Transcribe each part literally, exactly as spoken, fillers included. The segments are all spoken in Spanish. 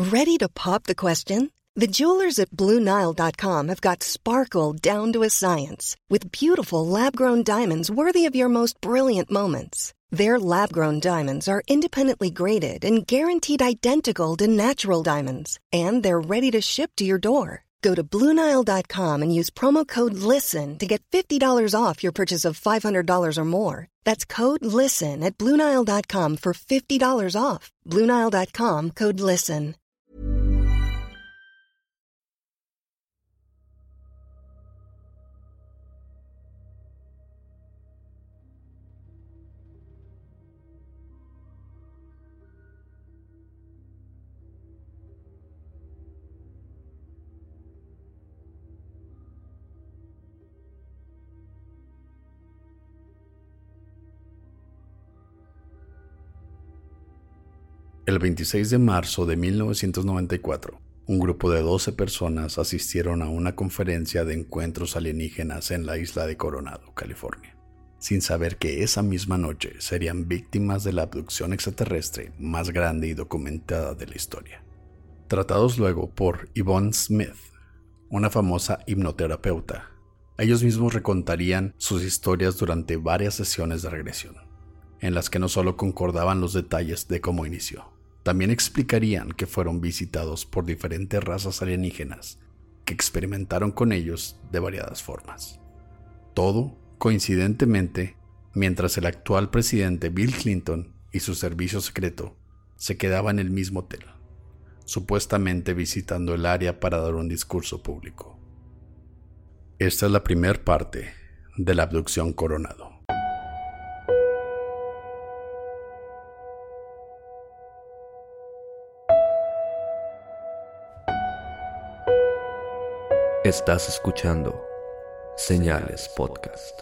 Ready to pop the question? The jewelers at Blue Nile dot com have got sparkle down to a science with beautiful lab-grown diamonds worthy of your most brilliant moments. Their lab-grown diamonds are independently graded and guaranteed identical to natural diamonds, and they're ready to ship to your door. Go to Blue Nile dot com and use promo code LISTEN to get fifty dollars off your purchase of five hundred dollars or more. That's code LISTEN at Blue Nile dot com for fifty dollars off. Blue Nile dot com, code LISTEN. El veintiséis de marzo de mil novecientos noventa y cuatro, un grupo de doce personas asistieron a una conferencia de encuentros alienígenas en la isla de Coronado, California, sin saber que esa misma noche serían víctimas de la abducción extraterrestre más grande y documentada de la historia. Tratados luego por Yvonne Smith, una famosa hipnoterapeuta, ellos mismos recontarían sus historias durante varias sesiones de regresión, en las que no solo concordaban los detalles de cómo inició, también explicarían que fueron visitados por diferentes razas alienígenas que experimentaron con ellos de variadas formas. Todo, coincidentemente, mientras el actual presidente Bill Clinton y su servicio secreto se quedaban en el mismo hotel, supuestamente visitando el área para dar un discurso público. Esta es la primera parte de la abducción Coronado. Estás escuchando Señales Podcast.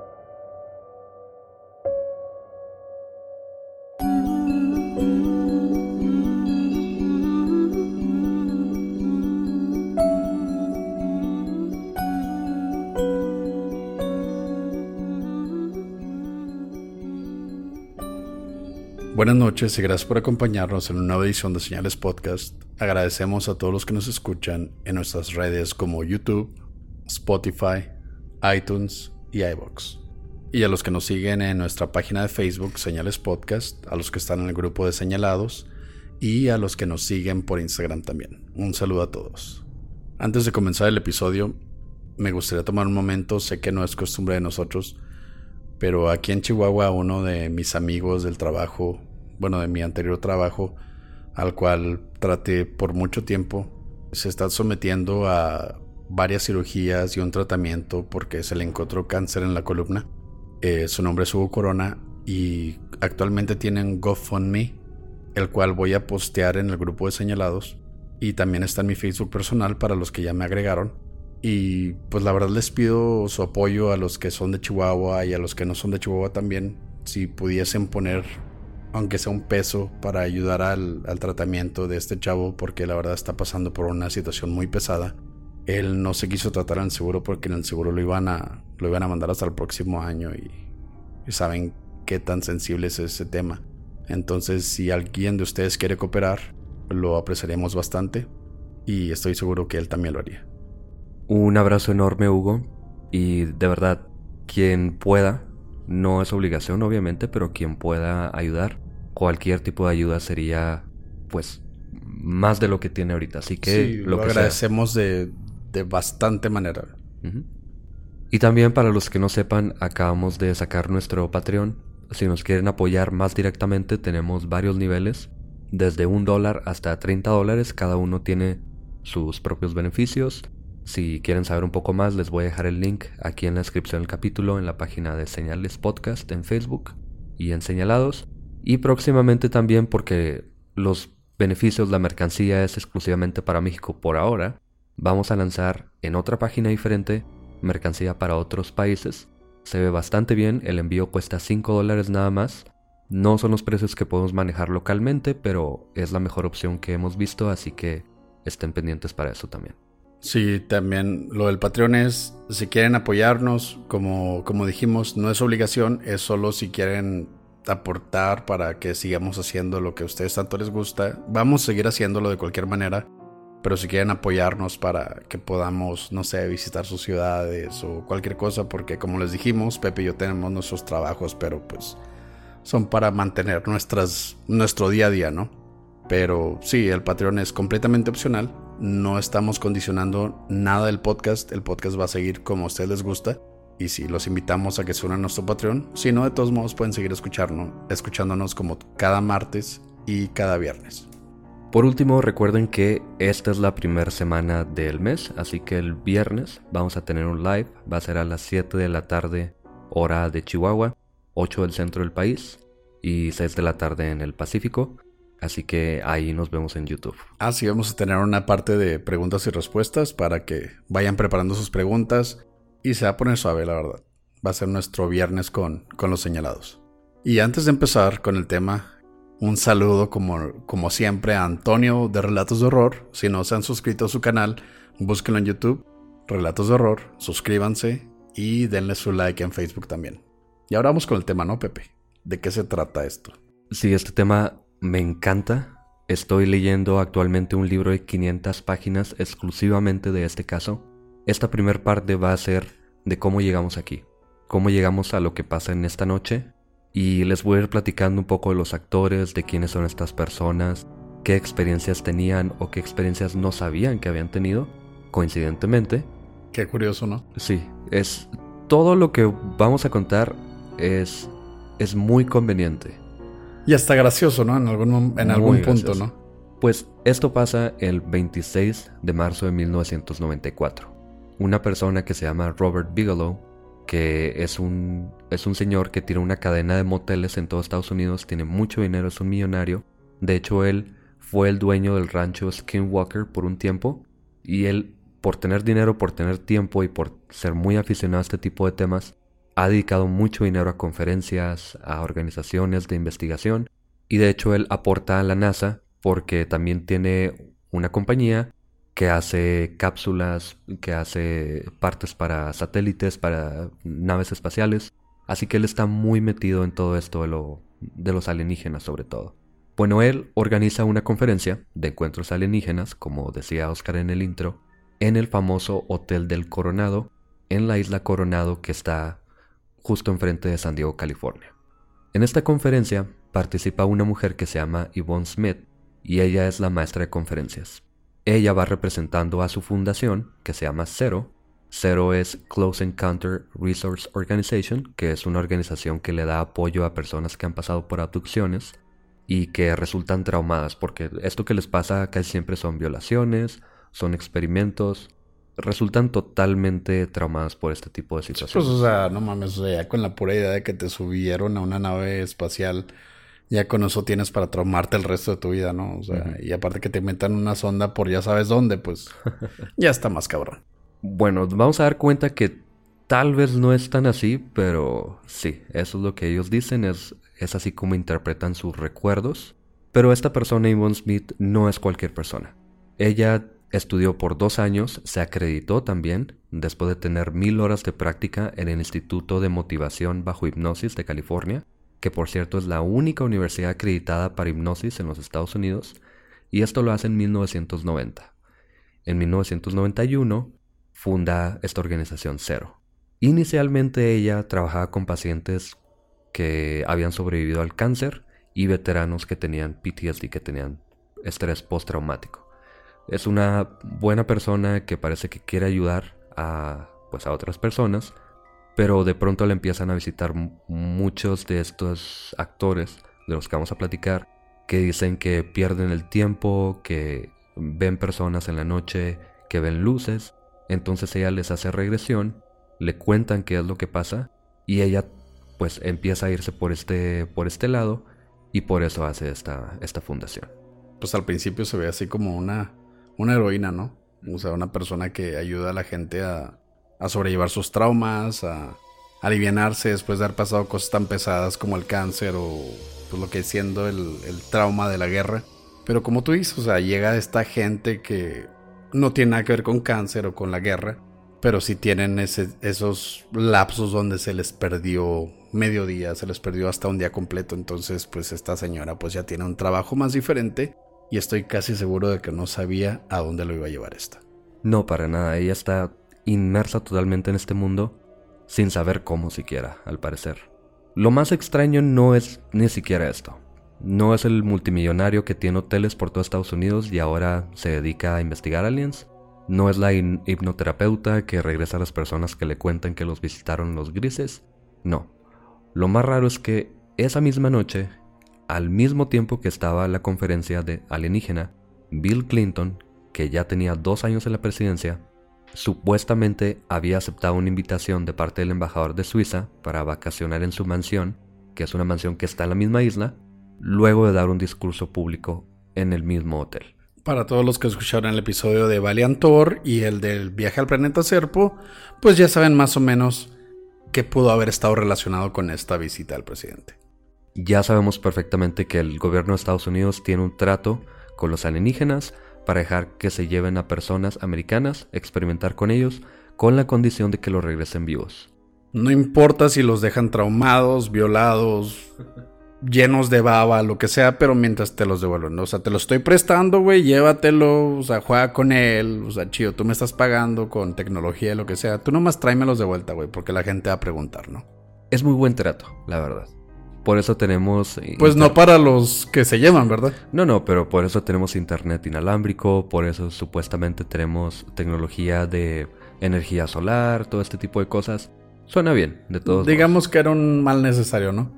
Buenas noches y gracias por acompañarnos en una nueva edición de Señales Podcast. Agradecemos a todos los que nos escuchan en nuestras redes como YouTube, Spotify, iTunes y iVoox. Y a los que nos siguen en nuestra página de Facebook Señales Podcast, a los que están en el grupo de Señalados y a los que nos siguen por Instagram también. Un saludo a todos. Antes de comenzar el episodio, me gustaría tomar un momento, sé que no es costumbre de nosotros, pero aquí en Chihuahua uno de mis amigos del trabajo, bueno, de mi anterior trabajo, al cual traté por mucho tiempo, se está sometiendo a varias cirugías y un tratamiento porque se le encontró cáncer en la columna. Eh, su nombre es Hugo Corona y actualmente tienen GoFundMe, el cual voy a postear en el grupo de Señalados, y también está en mi Facebook personal para los que ya me agregaron. Y pues la verdad les pido su apoyo a los que son de Chihuahua y a los que no son de Chihuahua también, si pudiesen poner aunque sea un peso para ayudar al, al tratamiento de este chavo, porque la verdad está pasando por una situación muy pesada. Él no se quiso tratar en el seguro porque en el seguro lo iban a, lo iban a mandar hasta el próximo año y, y saben qué tan sensible es ese tema. Entonces, si alguien de ustedes quiere cooperar, lo apreciaríamos bastante y estoy seguro que él también lo haría. Un abrazo enorme, Hugo, y de verdad, quien pueda, no es obligación obviamente, pero quien pueda ayudar, cualquier tipo de ayuda sería pues más de lo que tiene ahorita, así que sí, lo, lo que agradecemos de, de bastante manera. Uh-huh. Y también para los que no sepan, acabamos de sacar nuestro Patreon. Si nos quieren apoyar más directamente, tenemos varios niveles, desde un dólar hasta treinta dólares, cada uno tiene sus propios beneficios. Si quieren saber un poco más, les voy a dejar el link aquí en la descripción del capítulo, en la página de Señales Podcast en Facebook y en Señalados. Y próximamente también, porque los beneficios, la mercancía es exclusivamente para México por ahora, vamos a lanzar en otra página diferente mercancía para otros países. Se ve bastante bien, el envío cuesta cinco dólares nada más. No son los precios que podemos manejar localmente, pero es la mejor opción que hemos visto, así que estén pendientes para eso también. Sí, también lo del Patreon es, si quieren apoyarnos, como, como dijimos, no es obligación, es solo si quieren aportar para que sigamos haciendo lo que a ustedes tanto les gusta. Vamos a seguir haciéndolo de cualquier manera, pero si quieren apoyarnos para que podamos, no sé, visitar sus ciudades o cualquier cosa, porque como les dijimos, Pepe y yo tenemos nuestros trabajos, pero pues son para mantener nuestras, nuestro día a día, ¿no? Pero sí, el Patreon es completamente opcional. No estamos condicionando nada del podcast. El podcast va a seguir como a ustedes les gusta. Y sí, los invitamos a que se unan a nuestro Patreon. Si no, de todos modos pueden seguir escucharnos, escuchándonos como cada martes y cada viernes. Por último, recuerden que esta es la primera semana del mes, así que el viernes vamos a tener un live. Va a ser a las siete de la tarde, hora de Chihuahua, ocho del centro del país y seis de la tarde en el Pacífico. Así que ahí nos vemos en YouTube. Ah, sí, vamos a tener una parte de preguntas y respuestas para que vayan preparando sus preguntas. Y se va a poner suave, la verdad. Va a ser nuestro viernes con, con los señalados. Y antes de empezar con el tema, un saludo como, como siempre a Antonio de Relatos de Horror. Si no se han suscrito a su canal, búsquenlo en YouTube, Relatos de Horror, suscríbanse y denle su like en Facebook también. Y ahora vamos con el tema, ¿no, Pepe? ¿De qué se trata esto? Sí, este tema me encanta. Estoy leyendo actualmente un libro de quinientas páginas exclusivamente de este caso. Esta primer parte va a ser de cómo llegamos aquí, cómo llegamos a lo que pasa en esta noche, y les voy a ir platicando un poco de los actores, de quiénes son estas personas, qué experiencias tenían o qué experiencias no sabían que habían tenido, coincidentemente. Qué curioso, ¿no? Sí, es todo lo que vamos a contar es, es muy conveniente. Y hasta gracioso, ¿no? En algún, en algún punto, gracioso. ¿No? Pues esto pasa el veintiséis de marzo de mil novecientos noventa y cuatro. Una persona que se llama Robert Bigelow, que es un, es un señor que tiene una cadena de moteles en todo Estados Unidos, tiene mucho dinero, es un millonario. De hecho, él fue el dueño del rancho Skinwalker por un tiempo, y él, por tener dinero, por tener tiempo y por ser muy aficionado a este tipo de temas, ha dedicado mucho dinero a conferencias, a organizaciones de investigación, y de hecho él aporta a la NASA porque también tiene una compañía que hace cápsulas, que hace partes para satélites, para naves espaciales. Así que él está muy metido en todo esto de, lo, de los alienígenas sobre todo. Bueno, él organiza una conferencia de encuentros alienígenas, como decía Oscar en el intro, en el famoso Hotel del Coronado, en la isla Coronado que está justo enfrente de San Diego, California. En esta conferencia participa una mujer que se llama Yvonne Smith, y ella es la maestra de conferencias. Ella va representando a su fundación, que se llama CERO. CERO es Close Encounter Resource Organization, que es una organización que le da apoyo a personas que han pasado por abducciones y que resultan traumadas, porque esto que les pasa casi siempre son violaciones, son experimentos, resultan totalmente traumadas por este tipo de situaciones. Pues, o sea, no mames, o sea, ya con la pura idea de que te subieron a una nave espacial, ya con eso tienes para traumarte el resto de tu vida, ¿no? O sea, uh-huh. Y aparte que te metan una sonda por ya sabes dónde, pues ya está más cabrón. Bueno, vamos a dar cuenta que tal vez no es tan así, pero sí, eso es lo que ellos dicen, es, es así como interpretan sus recuerdos. Pero esta persona, Yvonne Smith, no es cualquier persona. Ella estudió por dos años, se acreditó también, después de tener mil horas de práctica en el Instituto de Motivación bajo Hipnosis de California, que por cierto es la única universidad acreditada para hipnosis en los Estados Unidos, y esto lo hace en mil novecientos noventa. En mil novecientos noventa y uno funda esta organización CERO. Inicialmente ella trabajaba con pacientes que habían sobrevivido al cáncer y veteranos que tenían P T S D, que tenían estrés postraumático. Es una buena persona que parece que quiere ayudar a, pues, a otras personas, pero de pronto le empiezan a visitar muchos de estos actores de los que vamos a platicar, que dicen que pierden el tiempo, que ven personas en la noche, que ven luces. Entonces ella les hace regresión, le cuentan qué es lo que pasa, y ella pues empieza a irse por este, por este lado, y por eso hace esta, esta fundación. Pues al principio se ve así como una, una heroína, ¿no? O sea, una persona que ayuda a la gente a, a sobrellevar sus traumas, a, a alivianarse después de haber pasado cosas tan pesadas como el cáncer o pues lo que es siendo el, el trauma de la guerra. Pero como tú dices, o sea, llega esta gente que no tiene nada que ver con cáncer o con la guerra, pero sí tienen ese, esos lapsos donde se les perdió mediodía, se les perdió hasta un día completo. Entonces pues esta señora pues ya tiene un trabajo más diferente y estoy casi seguro de que no sabía a dónde lo iba a llevar esta. No, para nada, ella está inmersa totalmente en este mundo sin saber cómo siquiera, al parecer. Lo más extraño no es ni siquiera esto. No es el multimillonario que tiene hoteles por todo Estados Unidos y ahora se dedica a investigar aliens. No es la hin- hipnoterapeuta que regresa a las personas que le cuentan que los visitaron los grises. No. Lo más raro es que esa misma noche, al mismo tiempo que estaba la conferencia de alienígena, Bill Clinton, que ya tenía dos años en la presidencia, supuestamente había aceptado una invitación de parte del embajador de Suiza para vacacionar en su mansión, que es una mansión que está en la misma isla, luego de dar un discurso público en el mismo hotel. Para todos los que escucharon el episodio de Valiant Thor y el del viaje al planeta Serpo, pues ya saben más o menos qué pudo haber estado relacionado con esta visita al presidente. Ya sabemos perfectamente que el gobierno de Estados Unidos tiene un trato con los alienígenas para dejar que se lleven a personas americanas, experimentar con ellos, con la condición de que los regresen vivos. No importa si los dejan traumados, violados, llenos de baba, lo que sea, pero mientras te los devuelven, ¿no? O sea, te lo estoy prestando, güey, llévatelo, o sea, juega con él, o sea, chido, tú me estás pagando con tecnología, lo que sea, tú nomás tráemelos de vuelta, güey, porque la gente va a preguntar, ¿no? Es muy buen trato, la verdad. Por eso tenemos... Pues inter- no para los que se llevan, ¿verdad? No, no, pero por eso tenemos internet inalámbrico, por eso supuestamente tenemos tecnología de energía solar, todo este tipo de cosas. Suena bien, de todos Digamos modos. que era un mal necesario, ¿no?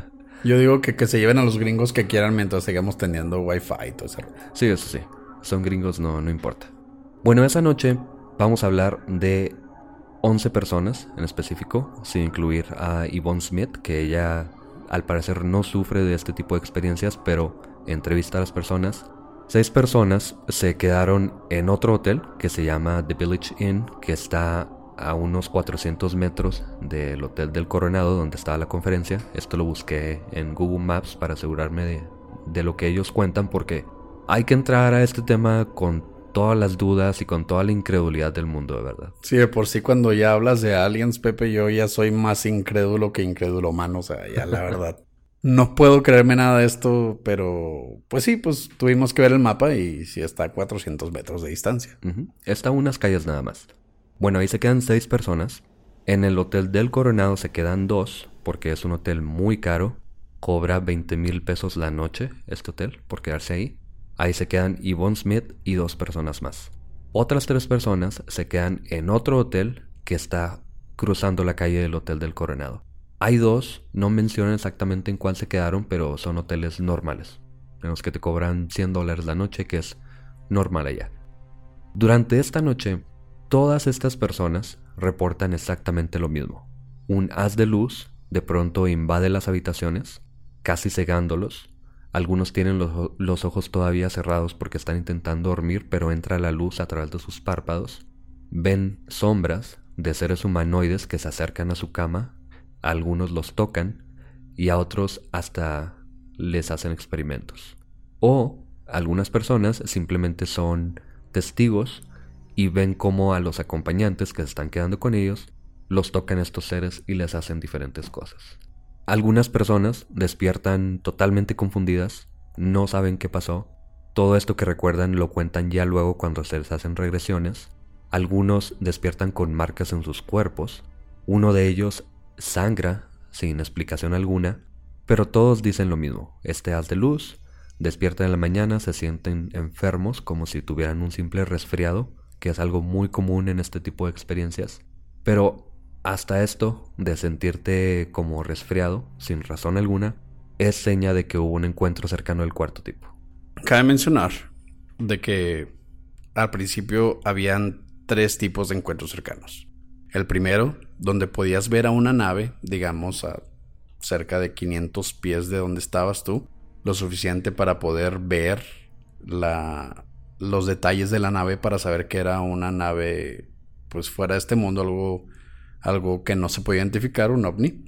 Yo digo que, que se lleven a los gringos que quieran mientras sigamos teniendo wifi y todo eso. Sí, eso sí. Son gringos, no, no importa. Bueno, esa noche vamos a hablar de once personas en específico, sin incluir a Yvonne Smith, que ella al parecer no sufre de este tipo de experiencias, pero entrevista a las personas. Seis personas se quedaron en otro hotel que se llama The Village Inn, que está a unos cuatrocientos metros del Hotel del Coronado donde estaba la conferencia. Esto lo busqué en Google Maps para asegurarme de, de lo que ellos cuentan, porque hay que entrar a este tema con todas las dudas y con toda la incredulidad del mundo, de verdad. Sí, de por sí cuando ya hablas de aliens, Pepe, yo ya soy más incrédulo que incrédulo humano, o sea, ya la verdad. No puedo creerme nada de esto, pero pues sí, pues tuvimos que ver el mapa y sí está a cuatrocientos metros de distancia. Uh-huh. Está a unas calles nada más. Bueno, ahí se quedan seis personas. En el Hotel del Coronado se quedan dos, porque es un hotel muy caro. Cobra veinte mil pesos la noche este hotel por quedarse ahí. Ahí se quedan Yvonne Smith y dos personas más. Otras tres personas se quedan en otro hotel que está cruzando la calle del Hotel del Coronado. Hay dos, no mencionan exactamente en cuál se quedaron, pero son hoteles normales, en los que te cobran cien dólares la noche, que es normal allá. Durante esta noche, todas estas personas reportan exactamente lo mismo. Un haz de luz de pronto invade las habitaciones, casi cegándolos. Algunos tienen los, los ojos todavía cerrados porque están intentando dormir, pero entra la luz a través de sus párpados. Ven sombras de seres humanoides que se acercan a su cama. A algunos los tocan y a otros hasta les hacen experimentos. O algunas personas simplemente son testigos y ven cómo a los acompañantes que se están quedando con ellos los tocan estos seres y les hacen diferentes cosas. Algunas personas despiertan totalmente confundidas, no saben qué pasó. Todo esto que recuerdan lo cuentan ya luego cuando se les hacen regresiones. Algunos despiertan con marcas en sus cuerpos. Uno de ellos sangra sin explicación alguna, pero todos dicen lo mismo. Este haz de luz, despiertan en la mañana, se sienten enfermos como si tuvieran un simple resfriado, que es algo muy común en este tipo de experiencias. Pero hasta esto de sentirte como resfriado, sin razón alguna, es seña de que hubo un encuentro cercano del cuarto tipo. Cabe mencionar de que al principio habían tres tipos de encuentros cercanos. El primero, donde podías ver a una nave, digamos a cerca de quinientos pies de donde estabas tú, lo suficiente para poder ver la, los detalles de la nave para saber que era una nave pues fuera de este mundo, algo... algo que no se puede identificar, un ovni.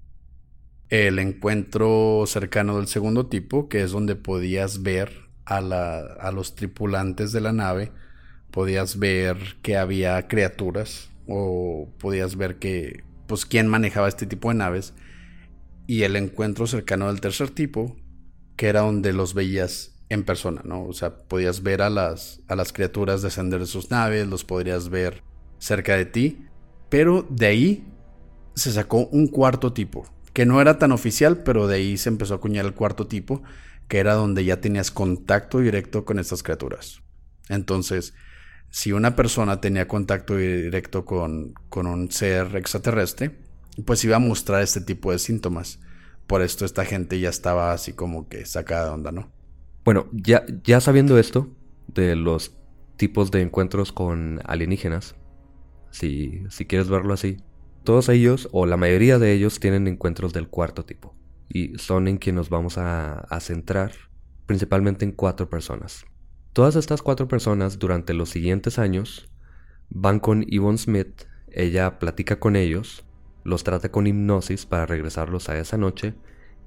El encuentro cercano del segundo tipo, que es donde podías ver a, la, a los tripulantes de la nave, podías ver que había criaturas o podías ver que, pues, quién manejaba este tipo de naves. y el encuentro cercano del tercer tipo, que era donde los veías en persona, ¿no? O sea, podías ver a las, a las criaturas descender de sus naves, los podrías ver cerca de ti, pero de ahí se sacó un cuarto tipo, que no era tan oficial, pero de ahí se empezó a acuñar el cuarto tipo, que era donde ya tenías contacto directo con estas criaturas. Entonces, si una persona tenía contacto directo con, con un ser extraterrestre, pues iba a mostrar este tipo de síntomas. Por esto esta gente ya estaba así como que sacada de onda, ¿no? Bueno, ya, ya sabiendo esto, de los tipos de encuentros con alienígenas, si, si quieres verlo así, todos ellos, o la mayoría de ellos, tienen encuentros del cuarto tipo. Y son en quien nos vamos a, a centrar, principalmente en cuatro personas. Todas estas cuatro personas, durante los siguientes años, van con Yvonne Smith, ella platica con ellos, los trata con hipnosis para regresarlos a esa noche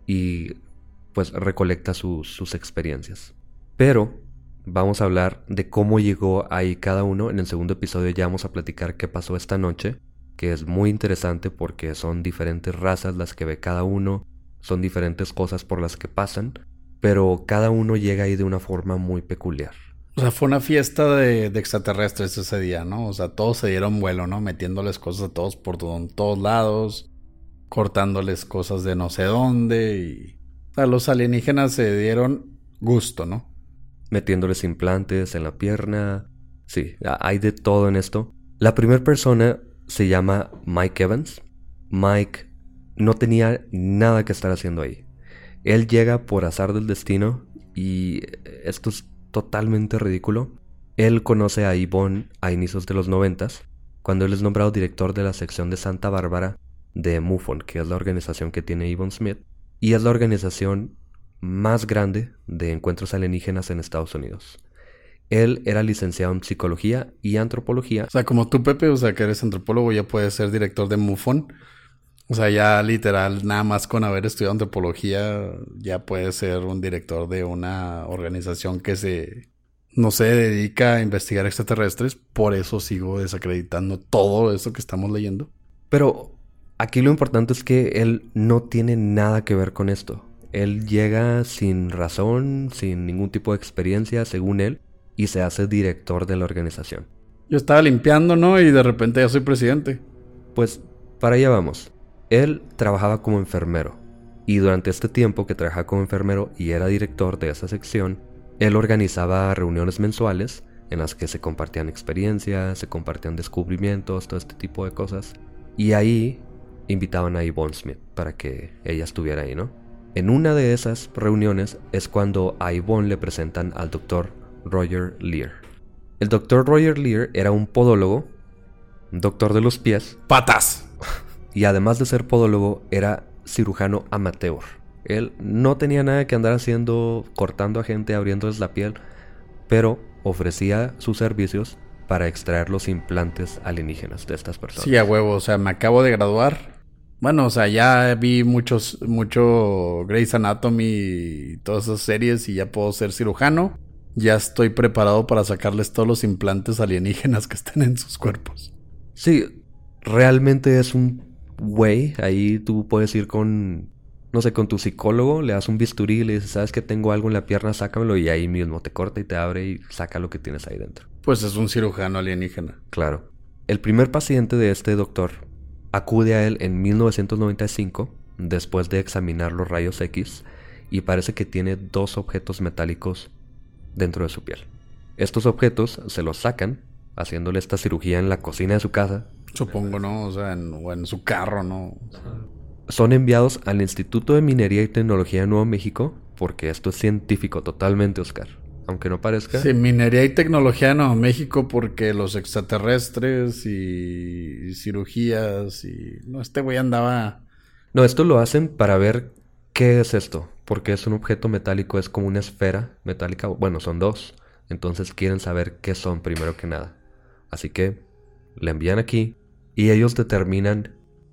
y pues recolecta su, sus experiencias. Pero vamos a hablar de cómo llegó ahí cada uno. En el segundo episodio ya vamos a platicar qué pasó esta noche, que es muy interesante porque son diferentes razas las que ve cada uno, son diferentes cosas por las que pasan, pero cada uno llega ahí de una forma muy peculiar. O sea, fue una fiesta de, de extraterrestres ese día, ¿no? O sea, todos se dieron vuelo, ¿no? Metiéndoles cosas a todos por todo, todos lados, cortándoles cosas de no sé dónde y... O sea, los alienígenas se dieron gusto, ¿no? Metiéndoles implantes en la pierna. Sí, hay de todo en esto. La primera persona se llama Mike Evans. Mike no tenía nada que estar haciendo ahí. Él llega por azar del destino y esto es totalmente ridículo. Él conoce a Yvonne a inicios de los noventas, cuando él es nombrado director de la sección de Santa Bárbara de MUFON, que es la organización que tiene Yvonne Smith, y es la organización más grande de encuentros alienígenas en Estados Unidos. Él era licenciado en psicología y antropología. O sea, como tú, Pepe, o sea, que eres antropólogo, ya puedes ser director de MUFON. O sea, ya literal, nada más con haber estudiado antropología, ya puedes ser un director de una organización que se, no sé, dedica a investigar extraterrestres. Por eso sigo desacreditando todo eso que estamos leyendo. Pero aquí lo importante es que él no tiene nada que ver con esto. Él llega sin razón, sin ningún tipo de experiencia, según él, y se hace director de la organización. Yo estaba limpiando, ¿no? Y de repente ya soy presidente. Pues para allá vamos. Él trabajaba como enfermero, y durante este tiempo que trabajaba como enfermero y era director de esa sección, él organizaba reuniones mensuales en las que se compartían experiencias, se compartían descubrimientos, todo este tipo de cosas, y ahí invitaban a Yvonne Smith para que ella estuviera ahí, ¿no? En una de esas reuniones es cuando a Yvonne le presentan al doctor Roger Leir. El doctor Roger Leir era un podólogo, un doctor de los pies. ¡Patas! Y además de ser podólogo, era cirujano amateur. Él no tenía nada que andar haciendo, cortando a gente, abriéndoles la piel, pero ofrecía sus servicios para extraer los implantes alienígenas de estas personas. Sí, a huevo, o sea, me acabo de graduar. Bueno, o sea, ya vi muchos, mucho Grey's Anatomy y todas esas series y ya puedo ser cirujano. Ya estoy preparado para sacarles todos los implantes alienígenas que estén en sus cuerpos. Sí, realmente es un güey. Ahí tú puedes ir con, no sé, con tu psicólogo, le das un bisturí y le dices, ¿sabes que tengo algo en la pierna? Sácamelo, y ahí mismo te corta y te abre y saca lo que tienes ahí dentro. Pues es un cirujano alienígena. Claro. El primer paciente de este doctor acude a él en mil novecientos noventa y cinco, después de examinar los rayos X, y parece que tiene dos objetos metálicos dentro de su piel. Estos objetos se los sacan, haciéndole esta cirugía en la cocina de su casa. Supongo, ¿no? O sea, en, o en su carro, ¿no? O sea... Son enviados al Instituto de Minería y Tecnología de Nuevo México, porque esto es científico totalmente, Oscar. Aunque no parezca. Sí, Minería y Tecnología de Nuevo México, porque los extraterrestres y, y cirugías y... No, este güey andaba... No, esto lo hacen para ver qué es esto, porque es un objeto metálico, es como una esfera metálica. Bueno, son dos. Entonces quieren saber qué son primero que nada. Así que le envían aquí y ellos determinan,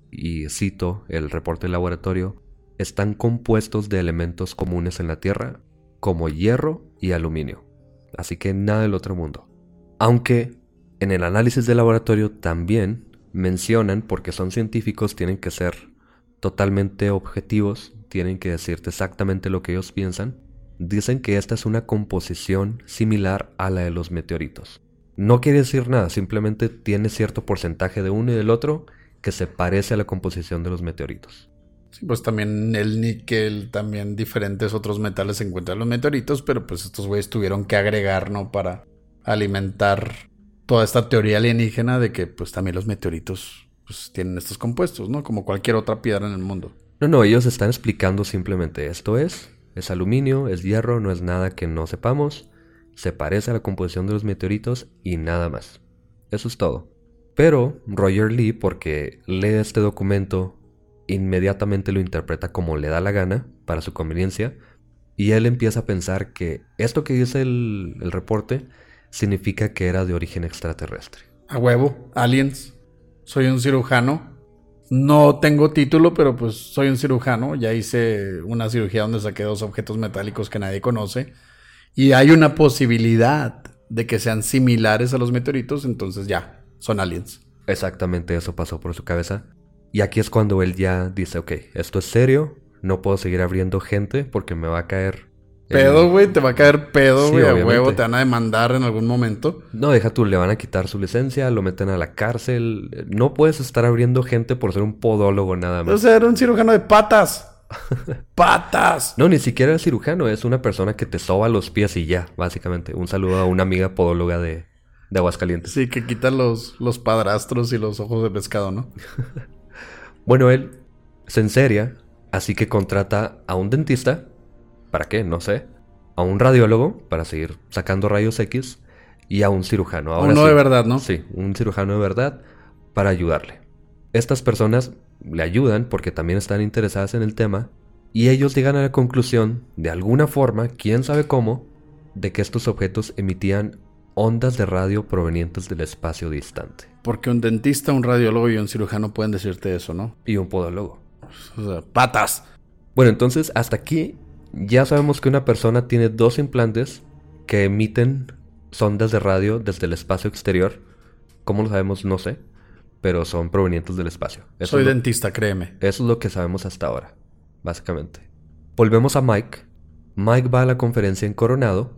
y cito el reporte del laboratorio, están compuestos de elementos comunes en la Tierra, como hierro y aluminio. Así que nada del otro mundo. Aunque en el análisis del laboratorio también mencionan, porque son científicos, tienen que ser totalmente objetivos, tienen que decirte exactamente lo que ellos piensan, dicen que esta es una composición similar a la de los meteoritos. No quiere decir nada, simplemente tiene cierto porcentaje de uno y del otro que se parece a la composición de los meteoritos. Sí, pues también el níquel, también diferentes otros metales se encuentran en los meteoritos, pero pues estos güeyes tuvieron que agregar, ¿no? Para alimentar toda esta teoría alienígena de que pues también los meteoritos pues tienen estos compuestos, ¿no? Como cualquier otra piedra en el mundo. No, no, ellos están explicando simplemente esto es, es aluminio, es hierro, no es nada que no sepamos, se parece a la composición de los meteoritos y nada más. Eso es todo. Pero Roger Lee, porque lee este documento, inmediatamente lo interpreta como le da la gana, para su conveniencia, y él empieza a pensar que esto que dice el, el reporte significa que era de origen extraterrestre. A huevo, aliens. Soy un cirujano. No tengo título, pero pues soy un cirujano. Ya hice una cirugía donde saqué dos objetos metálicos que nadie conoce. Y hay una posibilidad de que sean similares a los meteoritos, entonces ya, son aliens. Exactamente eso pasó por su cabeza. Y aquí es cuando él ya dice, ok, esto es serio, no puedo seguir abriendo gente porque me va a caer... Pedo, güey, el... te va a caer pedo, güey, sí, a huevo, te van a demandar en algún momento. No, deja tú, le van a quitar su licencia, lo meten a la cárcel. No puedes estar abriendo gente por ser un podólogo nada más. O sea, era un cirujano de patas. ¡Patas! No, ni siquiera es cirujano, es una persona que te soba los pies y ya, básicamente. Un saludo a una amiga podóloga de, de Aguascalientes. Sí, que quita los, los padrastros y los ojos de pescado, ¿no? Bueno, él se enseria, así que contrata a un dentista. ¿Para qué? No sé. A un radiólogo, para seguir sacando rayos X. Y a un cirujano. Ahora Uno sí, de verdad, ¿no? Sí, un cirujano de verdad para ayudarle. Estas personas le ayudan porque también están interesadas en el tema. Y ellos llegan a la conclusión, de alguna forma, quién sabe cómo, de que estos objetos emitían ondas de radio provenientes del espacio distante. Porque un dentista, un radiólogo y un cirujano pueden decirte eso, ¿no? Y un podólogo. O sea, patas. Bueno, entonces hasta aquí ya sabemos que una persona tiene dos implantes que emiten sondas de radio desde el espacio exterior. ¿Cómo lo sabemos? No sé. Pero son provenientes del espacio. Eso Soy es lo, dentista, créeme. Eso es lo que sabemos hasta ahora, básicamente. Volvemos a Mike. Mike va a la conferencia en Coronado.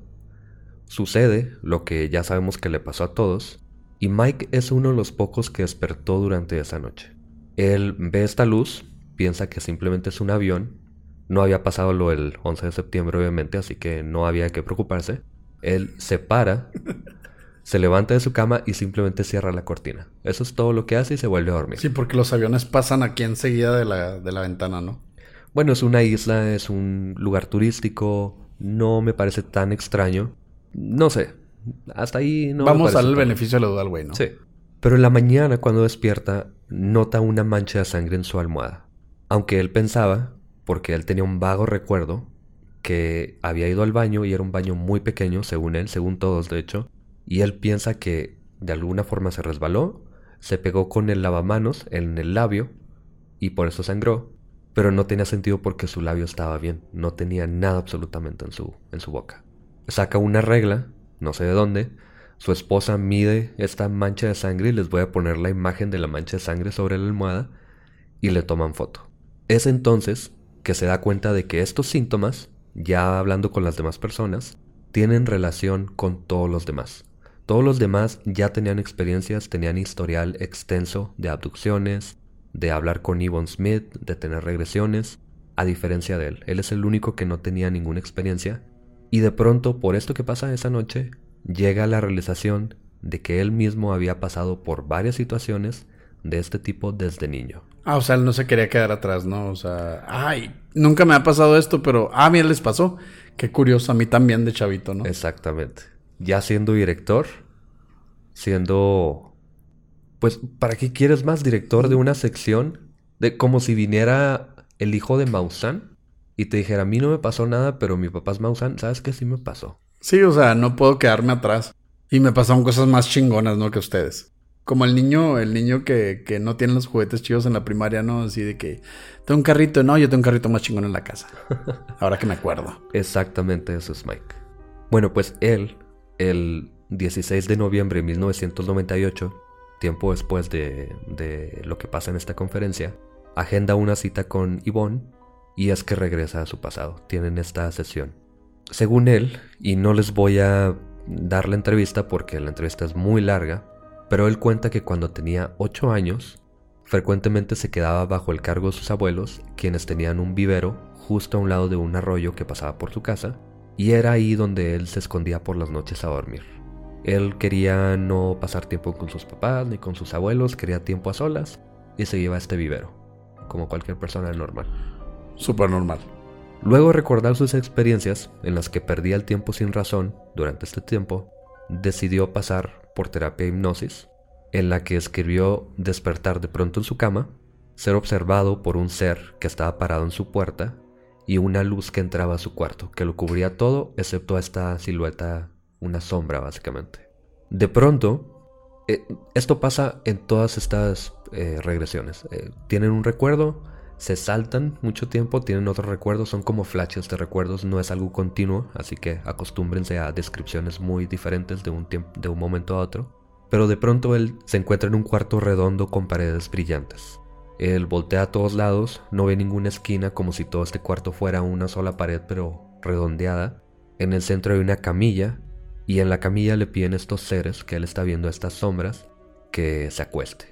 Sucede lo que ya sabemos que le pasó a todos. Y Mike es uno de los pocos que despertó durante esa noche. Él ve esta luz, piensa que simplemente es un avión. No había pasado lo del once de septiembre, obviamente, así que no había que preocuparse. Él se para, se levanta de su cama y simplemente cierra la cortina. Eso es todo lo que hace y se vuelve a dormir. Sí, porque los aviones pasan aquí enseguida de la, de la ventana, ¿no? Bueno, es una isla, es un lugar turístico. No me parece tan extraño. No sé, hasta ahí no Vamos me parece al tan... beneficio de la duda al güey, ¿no? Sí. Pero en la mañana, cuando despierta, nota una mancha de sangre en su almohada. Aunque él pensaba, porque él tenía un vago recuerdo, que había ido al baño y era un baño muy pequeño, según él, según todos de hecho. Y él piensa que de alguna forma se resbaló, se pegó con el lavamanos en el labio y por eso sangró. Pero no tenía sentido porque su labio estaba bien, no tenía nada absolutamente en su, en su boca. Saca una regla, no sé de dónde. Su esposa mide esta mancha de sangre y les voy a poner la imagen de la mancha de sangre sobre la almohada y le toman foto. Es entonces que se da cuenta de que estos síntomas, ya hablando con las demás personas, tienen relación con todos los demás. Todos los demás ya tenían experiencias, tenían historial extenso de abducciones, de hablar con Yvonne Smith, de tener regresiones, a diferencia de él. Él es el único que no tenía ninguna experiencia. Y de pronto, por esto que pasa esa noche, llega a la realización de que él mismo había pasado por varias situaciones de este tipo desde niño. Ah, o sea, él no se quería quedar atrás, ¿no? O sea, ay, nunca me ha pasado esto, pero ah, a mí les pasó. Qué curioso, a mí también de chavito, ¿no? Exactamente. Ya siendo director, siendo... Pues, ¿para qué quieres más? Director de una sección, de como si viniera el hijo de Maussan y te dijera, a mí no me pasó nada, pero mi papá es Maussan, ¿sabes qué? Sí me pasó. Sí, o sea, no puedo quedarme atrás. Y me pasaron cosas más chingonas, ¿no? Que ustedes. Como el niño, el niño que, que no tiene los juguetes chidos en la primaria, ¿no? Así de que, tengo un carrito. No, yo tengo un carrito más chingón en la casa. Ahora que me acuerdo. Exactamente eso es Mike. Bueno, pues él, el dieciséis de noviembre de mil novecientos noventa y ocho, tiempo después de, de lo que pasa en esta conferencia, agenda una cita con Yvonne y es que regresa a su pasado. Tienen esta sesión. Según él, y no les voy a dar la entrevista porque la entrevista es muy larga, pero él cuenta que cuando tenía ocho años, frecuentemente se quedaba bajo el cargo de sus abuelos, quienes tenían un vivero justo a un lado de un arroyo que pasaba por su casa, y era ahí donde él se escondía por las noches a dormir. Él quería no pasar tiempo con sus papás ni con sus abuelos, quería tiempo a solas y se iba a este vivero, como cualquier persona normal. Súper normal. Luego de recordar sus experiencias en las que perdía el tiempo sin razón durante este tiempo, decidió pasar por terapia de hipnosis, en la que escribió despertar de pronto en su cama, ser observado por un ser que estaba parado en su puerta y una luz que entraba a su cuarto, que lo cubría todo excepto a esta silueta, una sombra básicamente. De pronto, eh, esto pasa en todas estas eh, regresiones. Eh, tienen un recuerdo, se saltan mucho tiempo, tienen otro recuerdo, son como flashes de recuerdos, no es algo continuo, así que acostúmbrense a descripciones muy diferentes de un, tiempo, de un momento a otro. Pero de pronto él se encuentra en un cuarto redondo con paredes brillantes. Él voltea a todos lados, no ve ninguna esquina, como si todo este cuarto fuera una sola pared pero redondeada. En el centro hay una camilla, y en la camilla le piden estos seres que él está viendo, estas sombras, que se acueste.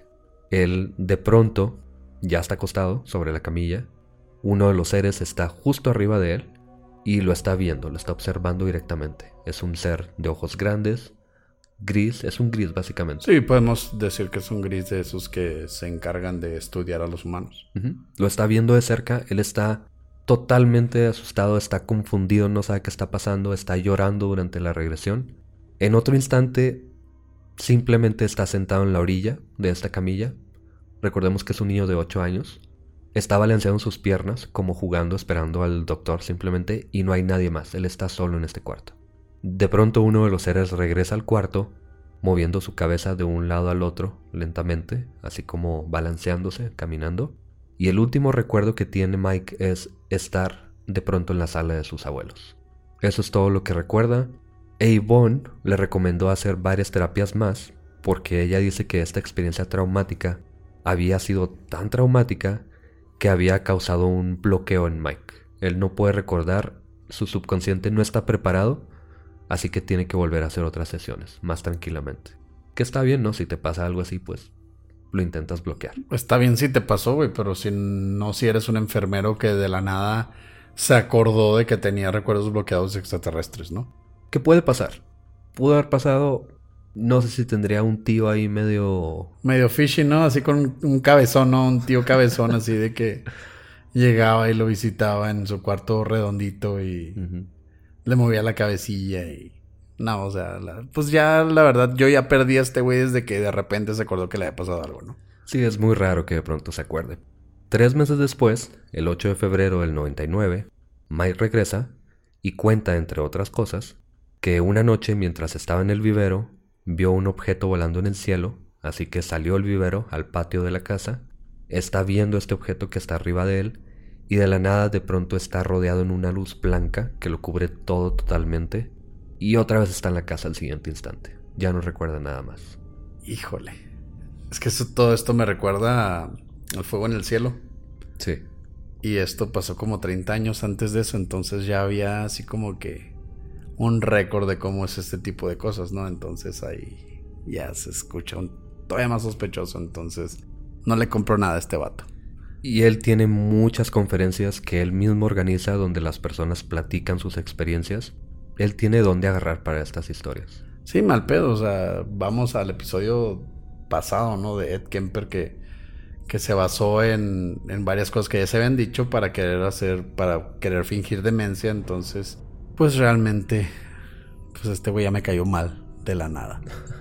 Él de pronto ya está acostado sobre la camilla. Uno de los seres está justo arriba de él y lo está viendo, lo está observando directamente. Es un ser de ojos grandes, gris, es un gris básicamente. Sí, podemos decir que es un gris de esos que se encargan de estudiar a los humanos. Uh-huh. Lo está viendo de cerca, él está totalmente asustado, está confundido, no sabe qué está pasando, está llorando durante la regresión. En otro instante, simplemente está sentado en la orilla de esta camilla. Recordemos que es un niño de ocho años. Está balanceando sus piernas, como jugando, esperando al doctor simplemente, y no hay nadie más, él está solo en este cuarto. De pronto uno de los seres regresa al cuarto, moviendo su cabeza de un lado al otro lentamente, así como balanceándose, caminando. Y el último recuerdo que tiene Mike es estar de pronto en la sala de sus abuelos. Eso es todo lo que recuerda. E Yvonne le recomendó hacer varias terapias más porque ella dice que esta experiencia traumática había sido tan traumática que había causado un bloqueo en Mike. Él no puede recordar, su subconsciente no está preparado, así que tiene que volver a hacer otras sesiones, más tranquilamente. Que está bien, ¿no? Si te pasa algo así, pues lo intentas bloquear. Está bien si te pasó, güey, pero si no, si eres un enfermero que de la nada se acordó de que tenía recuerdos bloqueados extraterrestres, ¿no? ¿Qué puede pasar? Pudo haber pasado, no sé si tendría un tío ahí medio... Medio fishy, ¿no? Así con un cabezón, ¿no? Un tío cabezón así de que llegaba y lo visitaba en su cuarto redondito y uh-huh. le movía la cabecilla y... No, o sea, la, pues ya la verdad yo ya perdí a este güey desde que de repente se acordó que le había pasado algo, ¿no? Sí, es muy raro que de pronto se acuerde. Tres meses después, el ocho de febrero del noventa y nueve, Mike regresa y cuenta, entre otras cosas, que una noche mientras estaba en el vivero, vio un objeto volando en el cielo, así que salió del vivero al patio de la casa, está viendo este objeto que está arriba de él y de la nada de pronto está rodeado en una luz blanca que lo cubre todo totalmente. Y otra vez está en la casa al siguiente instante. Ya no recuerda nada más. Híjole. Es que eso, todo esto me recuerda al fuego en el cielo. Sí. Y esto pasó como treinta años antes de eso. Entonces ya había así como que un récord de cómo es este tipo de cosas, ¿no? Entonces ahí ya se escucha un, todavía más sospechoso. Entonces no le compró nada a este vato. Y él tiene muchas conferencias que él mismo organiza donde las personas platican sus experiencias. Él tiene dónde agarrar para estas historias. Sí, mal pedo. O sea, vamos al episodio pasado, ¿no? De Ed Kemper que, que se basó en, en varias cosas que ya se habían dicho para querer hacer, para querer fingir demencia. Entonces, pues realmente, pues este güey ya me cayó mal de la nada.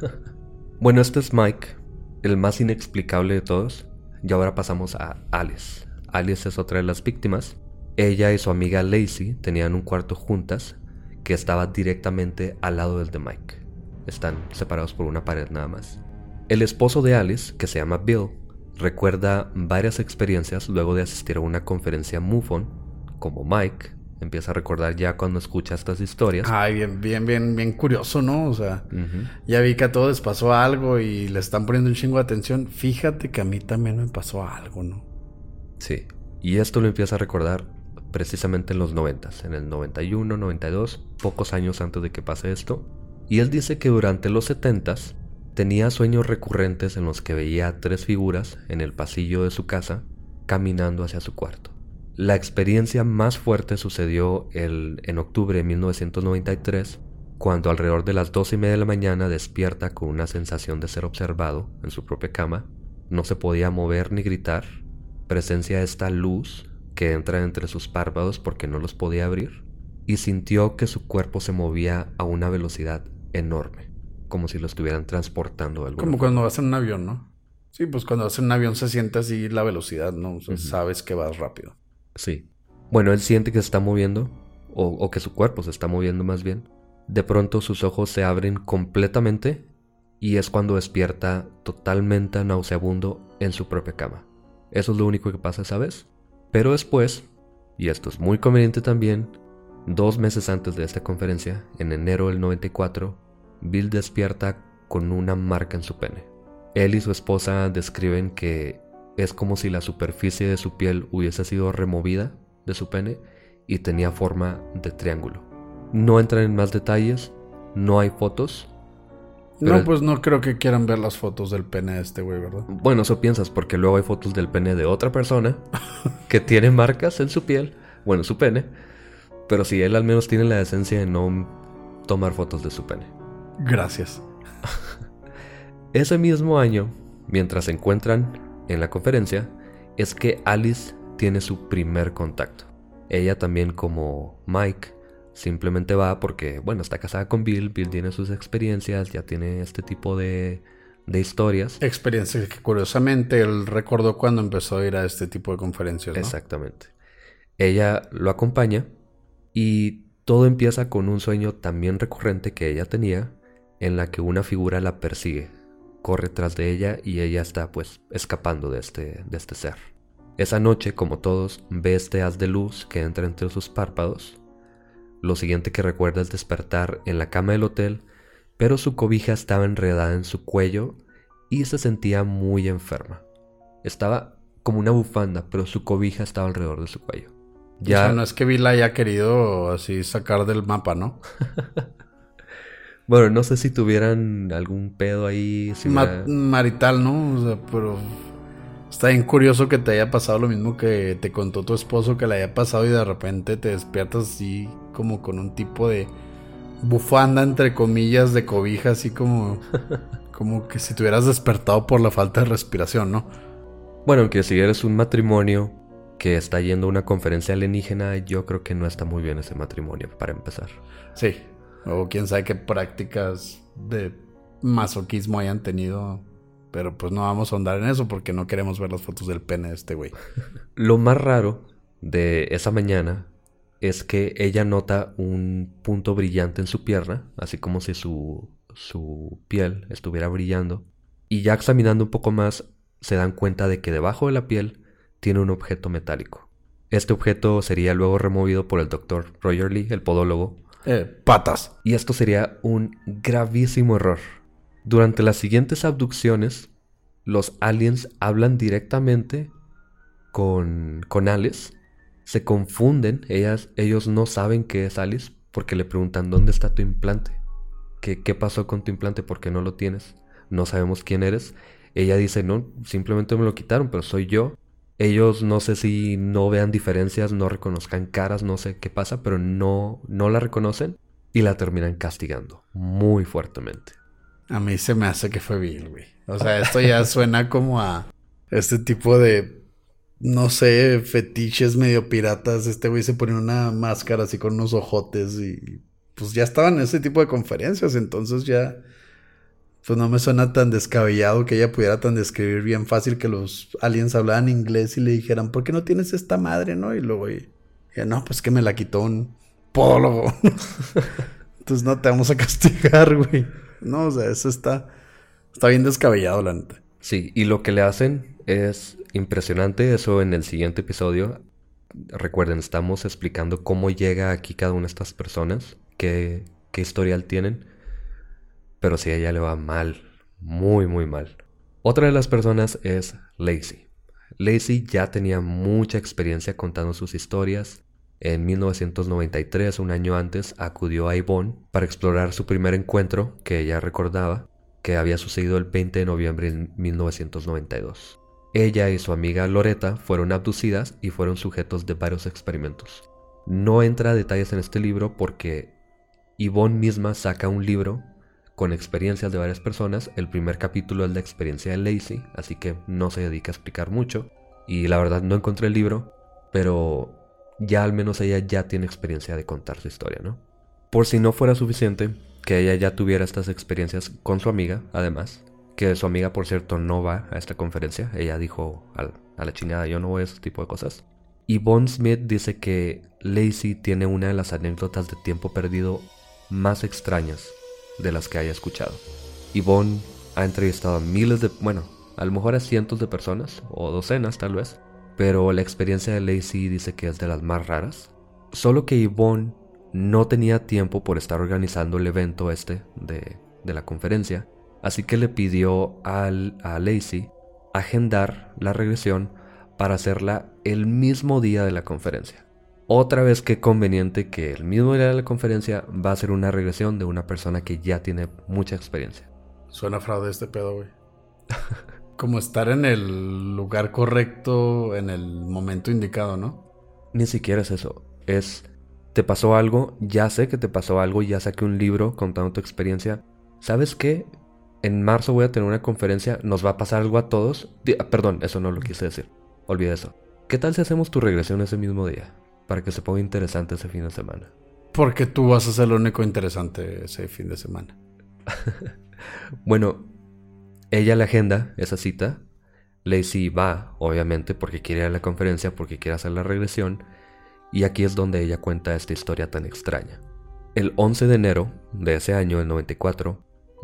Bueno, este es Mike, el más inexplicable de todos. Y ahora pasamos a Alice. Alice es otra de las víctimas. Ella y su amiga Lacey tenían un cuarto juntas que estaba directamente al lado del de Mike. Están separados por una pared nada más. El esposo de Alice, que se llama Bill, recuerda varias experiencias luego de asistir a una conferencia MUFON, como Mike empieza a recordar ya cuando escucha estas historias. Ay, bien, bien, bien, bien curioso, ¿no? O sea, uh-huh. ya vi que a todos les pasó algo y le están poniendo un chingo de atención. Fíjate que a mí también me pasó algo, ¿no? Sí, y esto lo empieza a recordar precisamente en los noventas, en el noventa y uno, noventa y dos, pocos años antes de que pase esto. Y él dice que durante los setentas tenía sueños recurrentes en los que veía tres figuras en el pasillo de su casa caminando hacia su cuarto. La experiencia más fuerte sucedió el, en octubre de mil novecientos noventa y tres, cuando alrededor de las doce y media de la mañana despierta con una sensación de ser observado en su propia cama. No se podía mover ni gritar. Presencia esta luz que entra entre sus párpados porque no los podía abrir. Y sintió que su cuerpo se movía a una velocidad enorme, como si lo estuvieran transportando de alguna Como forma. cuando vas en un avión, ¿no? Sí, pues cuando vas en un avión se siente así la velocidad, ¿no? O sea, Ujú. sabes que vas rápido. Sí. Bueno, él siente que se está moviendo, o, o que su cuerpo se está moviendo más bien. De pronto sus ojos se abren completamente y es cuando despierta totalmente nauseabundo en su propia cama. Eso es lo único que pasa esa vez. Pero después, y esto es muy conveniente también, dos meses antes de esta conferencia, en enero del noventa y cuatro, Bill despierta con una marca en su pene. Él y su esposa describen que es como si la superficie de su piel hubiese sido removida de su pene y tenía forma de triángulo. No entran en más detalles, no hay fotos. No, Pero- pues no creo que quieran ver las fotos del pene de este güey, ¿verdad? Bueno, eso piensas porque luego hay fotos del pene de otra persona que tiene marcas en su piel, bueno, su pene, pero sí, él al menos tiene la decencia de no tomar fotos de su pene. Gracias. Ese mismo año, mientras se encuentran en la conferencia, es que Alice tiene su primer contacto. Ella también, como Mike, simplemente va porque, bueno, está casada con Bill, Bill tiene sus experiencias, ya tiene este tipo de, de historias. Experiencia que curiosamente él recordó cuando empezó a ir a este tipo de conferencias, ¿no? Exactamente. Ella lo acompaña y todo empieza con un sueño también recurrente que ella tenía, en la que una figura la persigue, corre tras de ella y ella está pues escapando de este, de este ser. Esa noche, como todos, ve este haz de luz que entra entre sus párpados. Lo siguiente que recuerda es despertar en la cama del hotel, pero su cobija estaba enredada en su cuello y se sentía muy enferma. Estaba como una bufanda, pero su cobija estaba alrededor de su cuello. Ya, O sea, no es que Bill haya querido así sacar del mapa, ¿no? bueno, no sé si tuvieran algún pedo ahí. Si Ma- hubiera- marital, ¿no? O sea, pero está bien curioso que te haya pasado lo mismo que te contó tu esposo que le haya pasado y de repente te despiertas así como con un tipo de bufanda, entre comillas, de cobija, así como, como que si te hubieras despertado por la falta de respiración, ¿no? Bueno, aunque si eres un matrimonio que está yendo a una conferencia alienígena, yo creo que no está muy bien ese matrimonio, para empezar. Sí. O quién sabe qué prácticas de masoquismo hayan tenido. Pero pues no vamos a ahondar en eso porque no queremos ver las fotos del pene de este güey. Lo más raro de esa mañana es que ella nota un punto brillante en su pierna, así como si su, su piel estuviera brillando. Y ya examinando un poco más, se dan cuenta de que debajo de la piel tiene un objeto metálico. Este objeto sería luego removido por el doctor Roger Lee, el podólogo. Eh, patas. Y esto sería un gravísimo error. Durante las siguientes abducciones, los aliens hablan directamente con, con Alice. Se confunden, ellas, ellos no saben qué es Alice porque le preguntan ¿dónde está tu implante? ¿Qué, qué pasó con tu implante? ¿Por qué no lo tienes? No sabemos quién eres. Ella dice, no, simplemente me lo quitaron, pero soy yo. Ellos no sé si no vean diferencias, no reconozcan caras, no sé qué pasa, pero no, no la reconocen y la terminan castigando muy fuertemente. A mí se me hace que fue Bill, güey. O sea, esto ya suena como a este tipo de, no sé, fetiches medio piratas. Este güey se ponía una máscara así con unos ojotes y pues ya estaban en ese tipo de conferencias. Entonces ya, pues no me suena tan descabellado que ella pudiera tan describir bien fácil que los aliens hablaban inglés y le dijeran, ¿por qué no tienes esta madre, no? Y luego, y, y no, pues que me la quitó un podólogo. Entonces no te vamos a castigar, güey. No, o sea, eso está, está bien descabellado, la neta. Sí, y lo que le hacen es impresionante, eso en el siguiente episodio. Recuerden, estamos explicando cómo llega aquí cada una de estas personas, qué, qué historial tienen. Pero sí, a ella le va mal, muy, muy mal. Otra de las personas es Lacey. Lacey ya tenía mucha experiencia contando sus historias. En mil novecientos noventa y tres, un año antes, acudió a Yvonne para explorar su primer encuentro, que ella recordaba, que había sucedido el veinte de noviembre de mil novecientos noventa y dos. Ella y su amiga Loretta fueron abducidas y fueron sujetos de varios experimentos. No entra a detalles en este libro porque Yvonne misma saca un libro con experiencias de varias personas. El primer capítulo es la experiencia de Lacey, así que no se dedica a explicar mucho. Y la verdad no encontré el libro, pero ya al menos ella ya tiene experiencia de contar su historia, ¿no? Por si no fuera suficiente que ella ya tuviera estas experiencias con su amiga, además, que su amiga, por cierto, no va a esta conferencia. Ella dijo a, a la chingada, yo no voy a ese tipo de cosas. Yvonne Smith dice que Lacey tiene una de las anécdotas de tiempo perdido más extrañas de las que haya escuchado. Yvonne ha entrevistado a miles de, bueno, a lo mejor a cientos de personas, o docenas tal vez, pero la experiencia de Lacey dice que es de las más raras. Solo que Yvonne no tenía tiempo por estar organizando el evento este de, de la conferencia, así que le pidió al, a Lacey agendar la regresión para hacerla el mismo día de la conferencia. Otra vez qué conveniente que el mismo día de la conferencia va a ser una regresión de una persona que ya tiene mucha experiencia. Suena fraude este pedo, güey. Como estar en el lugar correcto en el momento indicado, ¿no? Ni siquiera es eso. Es, te pasó algo, ya sé que te pasó algo, ya saqué un libro contando tu experiencia. ¿Sabes qué? En marzo voy a tener una conferencia, nos va a pasar algo a todos. Di- perdón, eso no lo quise decir. Olvida eso. ¿Qué tal si hacemos tu regresión ese mismo día? Para que se ponga interesante ese fin de semana. Porque tú vas a ser lo único interesante ese fin de semana. Bueno, ella le agenda esa cita. Lacey va, obviamente, porque quiere ir a la conferencia, porque quiere hacer la regresión. Y aquí es donde ella cuenta esta historia tan extraña. El once de enero de ese año, el noventa y cuatro,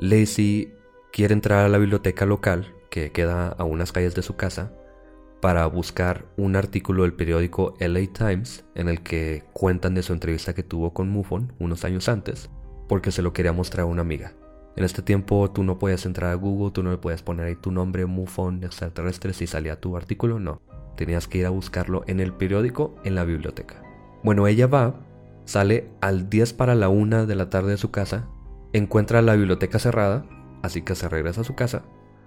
Lacey quiere entrar a la biblioteca local, que queda a unas calles de su casa, para buscar un artículo del periódico L A Times en el que cuentan de su entrevista que tuvo con MUFON unos años antes, porque se lo quería mostrar a una amiga. En este tiempo tú no podías entrar a Google, tú no le podías poner ahí tu nombre, MUFON extraterrestres, y salía tu artículo, no. Tenías que ir a buscarlo en el periódico, en la biblioteca. Bueno, ella va, sale al diez para la una de la tarde de su casa, encuentra la biblioteca cerrada, así que se regresa a su casa.